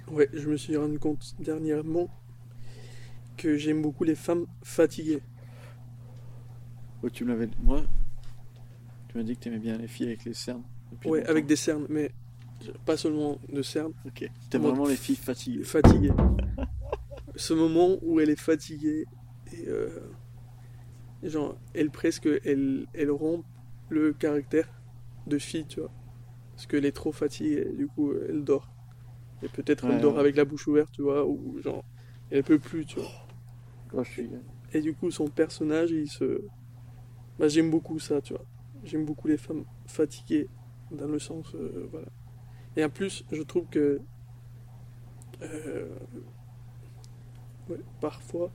Ouais, je me suis rendu compte dernièrement que j'aime beaucoup les femmes fatiguées. Ouais, moi, tu m'as dit que t'aimais bien les filles avec les cernes depuis Ouais, avec longtemps. des cernes, mais pas seulement de cernes, Ok. en T'aimes mode vraiment les filles fatiguées. fatiguée. Ce moment où elle est fatiguée et genre, elle rompt le caractère de fille, tu vois. Parce qu'elle est trop fatiguée, et du coup, elle dort. Et peut-être elle Ouais, dort ouais. avec la bouche ouverte, tu vois, ou genre, elle peut plus, tu vois. Moi, je Et, suis. et du coup, son personnage, bah, j'aime beaucoup ça, tu vois. J'aime beaucoup les femmes fatiguées, dans le sens, voilà. Et en plus, je trouve que, euh, ouais, parfois,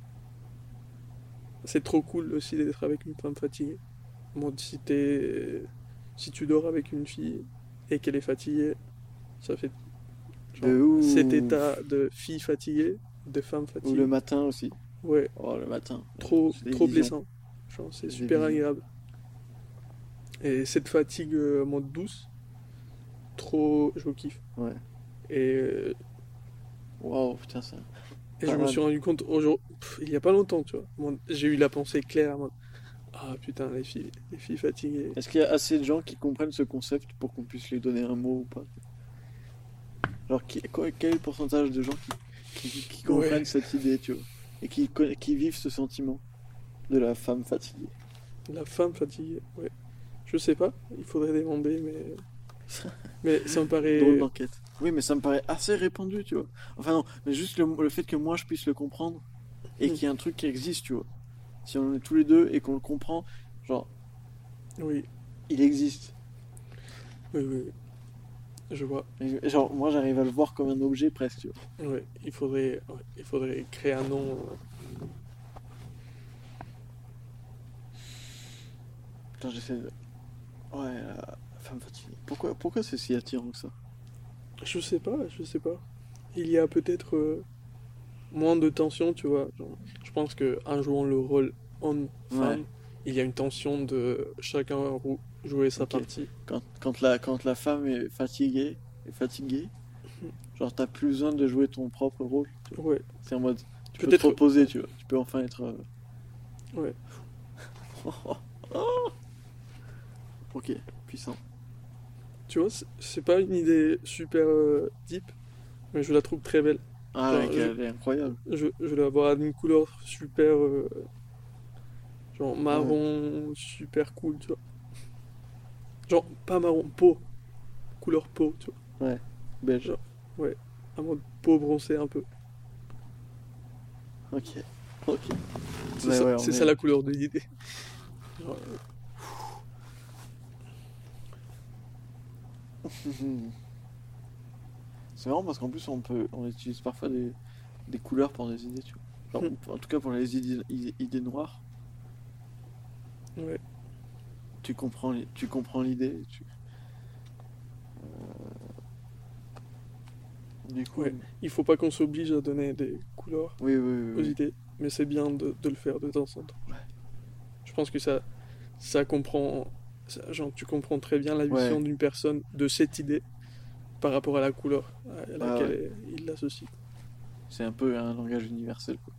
c'est trop cool aussi d'être avec une femme fatiguée. Bon, si tu dors avec une fille et qu'elle est fatiguée, ça fait De genre cet état ouf. de fille fatiguée, de femme Ou le fatiguée. matin aussi. Ouais, Oh, le matin. trop, J'ai des trop visions. blessant. Genre, c'est J'ai des super visions. agréable. Et cette fatigue en mode douce, trop, je kiffe. Ouais. Et, Waouh, putain, ça. et je Pas me mal. suis rendu compte il y a pas longtemps, tu vois. J'ai eu la pensée claire, en mode, ah putain, les filles fatiguées. Est-ce qu'il y a assez de gens qui comprennent ce concept pour qu'on puisse lui donner un mot ou pas? Genre, quel est le pourcentage de gens qui Ouais, comprennent cette idée, tu vois, et qui vivent ce sentiment de la femme fatiguée? la femme fatiguée, ouais. Je sais pas, il faudrait demander, mais ça me Drôle paraît. d'enquête. Oui, mais ça me paraît assez répandu, tu vois. Enfin non, mais juste le fait que moi je puisse le comprendre et Hmm, qu'il y ait un truc qui existe, tu vois. Si on est tous les deux et qu'on le comprend, genre, oui, il existe. oui, oui, oui, je vois. Et genre, moi j'arrive à le voir comme un objet presque, tu vois. Ouais, il faudrait créer un nom. Putain, j'essaie de... Ouais, la femme fatiguée. Pourquoi c'est si attirant que ça? Je sais pas, je sais pas. Il y a peut-être moins de tension, tu vois. Genre, je pense que en jouant le rôle Ouais, homme-femme, il y a une tension de chacun jouer sa ok. partie. Quand la femme est fatiguée, genre t'as plus besoin de jouer ton propre rôle, tu vois. Ouais, C'est en mode, tu peux te peut-être. reposer, Ouais, tu vois. Tu peux enfin être... ouais. Ok, puissant. Tu vois, c'est pas une idée super deep, mais je la trouve très belle. Ah, Genre, mec, elle est incroyable. je la vois d'une couleur super, genre Ouais, marron, super cool, tu vois. Genre, pas marron, peau, couleur peau, tu vois. ouais, beige. Genre, ouais, un mode peau bronzée un peu. Ok, ok. Mais ouais, on C'est ça est... la couleur de l'idée. Genre, C'est marrant parce qu'en plus on utilise parfois des couleurs pour des idées, tu vois. Genre, en tout cas pour les idées noires, ouais, tu comprends l'idée. Du ouais. coup, Il faut pas qu'on s'oblige à donner des couleurs oui, oui, oui, aux oui. idées, mais c'est bien de le faire de temps en temps. Je pense que ça comprend, genre, tu comprends très bien la Ouais, vision d'une personne de cette idée par rapport à la couleur à ouais, ouais. laquelle il l'associe. C'est un peu un langage universel, quoi.